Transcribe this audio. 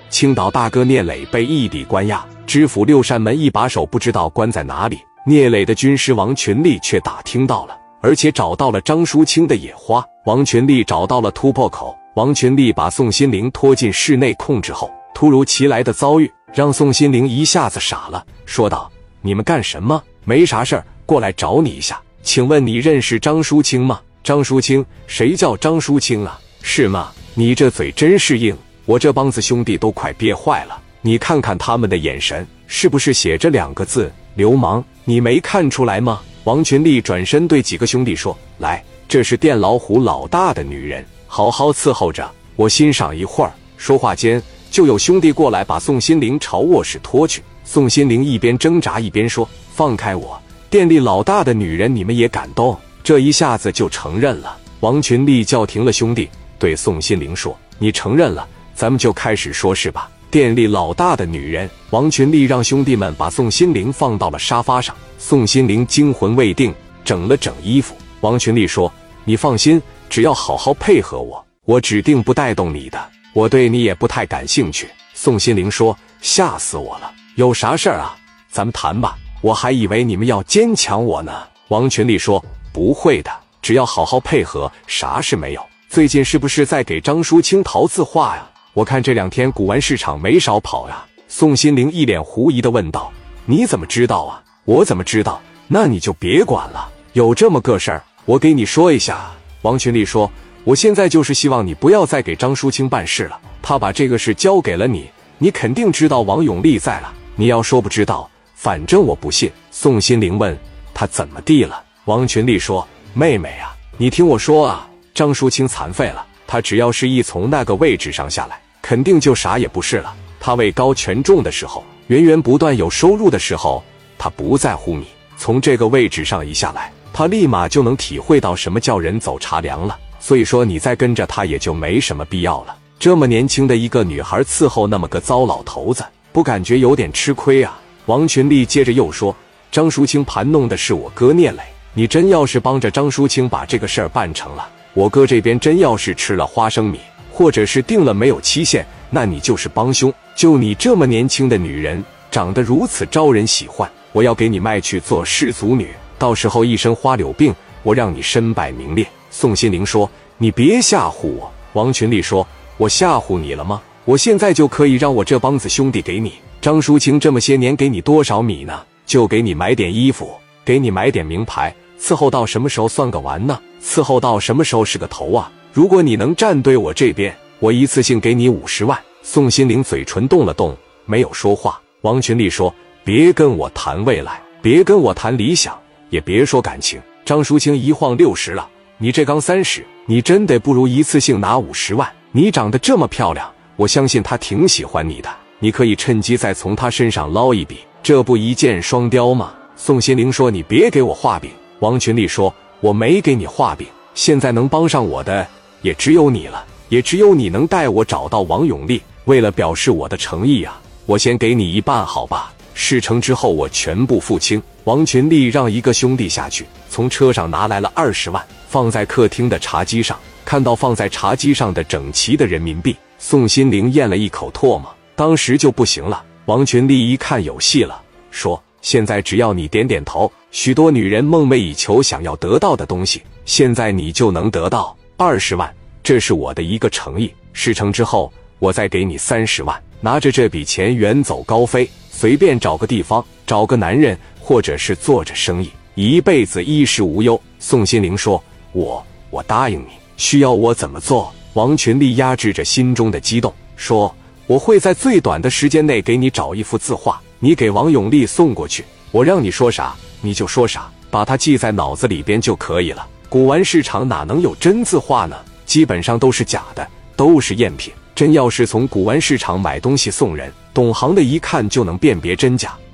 青岛大哥聂磊被异地关押，知府六扇门一把手不知道关在哪里。聂磊的军师王群力却打听到了，而且找到了张淑清的野花。王群力找到了突破口。王群力把宋心凌拖进室内控制后，突如其来的遭遇让宋心凌一下子傻了，说道：“你们干什么？没啥事儿，过来找你一下。请问你认识张淑清吗？”张淑清？谁叫张淑清啊？是吗？你这嘴真是硬，我这帮子兄弟都快憋坏了。你看看他们的眼神，是不是写着2个字流氓？你没看出来吗？王群力转身对几个兄弟说：“来，这是电老虎老大的女人，好好伺候着，我欣赏一会儿。”说话间，就有兄弟过来把宋心凌朝卧室拖去。宋心凌一边挣扎一边说：“放开我！店里老大的女人你们也敢动？”这一下子就承认了。王群力叫停了兄弟，对宋心凌说：“你承认了，咱们就开始说事吧。店里老大的女人。”王群力让兄弟们把宋心凌放到了沙发上。宋心凌惊魂未定，整了整衣服。王群力说：“你放心，只要好好配合我，我指定不带动你的。我对你也不太感兴趣。”宋心凌说：“吓死我了，有啥事儿啊？咱们谈吧。我还以为你们要坚强我呢。”王群力说：“不会的，只要好好配合，啥事没有。最近是不是在给张淑清淘字画呀？我看这2天古玩市场没少跑呀。”宋心凌一脸狐疑地问道：“你怎么知道啊？”“我怎么知道？那你就别管了。有这么个事儿，我给你说一下。”王群力说：“我现在就是希望你不要再给张淑清办事了。他把这个事交给了你，你肯定知道王永利在了。你要说不知道，反正我不信。”宋心凌问：“他怎么地了？”王群力说：“妹妹啊，你听我说啊，张淑清残废了，他只要是一从那个位置上下来，肯定就啥也不是了。他位高权重的时候，源源不断有收入的时候，他不在乎你。从这个位置上一下来，他立马就能体会到什么叫人走茶凉了。所以说你再跟着他也就没什么必要了。这么年轻的一个女孩伺候那么个糟老头子，不感觉有点吃亏啊？”王群力接着又说：“张淑清盘弄的是我哥聂磊，你真要是帮着张淑清把这个事儿办成了，我哥这边真要是吃了花生米，或者是定了没有期限，那你就是帮凶。就你这么年轻的女人，长得如此招人喜欢，我要给你卖去做世族女，到时候一身花柳病，我让你身败名裂。”宋心凌说：“你别吓唬我。”王群力说：“我吓唬你了吗？我现在就可以让我这帮子兄弟给你。张淑清这么些年给你多少米呢？就给你买点衣服，给你买点名牌，伺候到什么时候算个完呢？伺候到什么时候是个头啊？如果你能站对我这边，我一次性给你50万。”宋心凌嘴唇动了动，没有说话。王群力说：“别跟我谈未来，别跟我谈理想，也别说感情。张淑清一晃60了，你这刚30，你真得不如一次性拿50万。你长得这么漂亮，我相信她挺喜欢你的，你可以趁机再从她身上捞一笔，这不一箭双雕吗？”宋心凌说：“你别给我画饼。”王群力说：“我没给你画饼，现在能帮上我的也只有你了，也只有你能带我找到王永利。为了表示我的诚意啊，我先给你一半好吧？事成之后我全部付清。”王群力让一个兄弟下去，从车上拿来了20万，放在客厅的茶几上。看到放在茶几上的整齐的人民币，宋心凌咽了一口唾沫，当时就不行了。王群力一看有戏了，说：“现在只要你点点头，许多女人梦寐以求想要得到的东西，现在你就能得到。20万，这是我的一个诚意。事成之后，我再给你30万，拿着这笔钱远走高飞，随便找个地方，找个男人，或者是做着生意，一辈子衣食无忧。”宋心凌说：“我答应你，需要我怎么做？”王群力压制着心中的激动，说：“我会在最短的时间内给你找一幅字画，你给王永利送过去，我让你说啥你就说啥，把它记在脑子里边就可以了。古玩市场哪能有真字画呢？基本上都是假的，都是赝品。真要是从古玩市场买东西送人，懂行的一看就能辨别真假。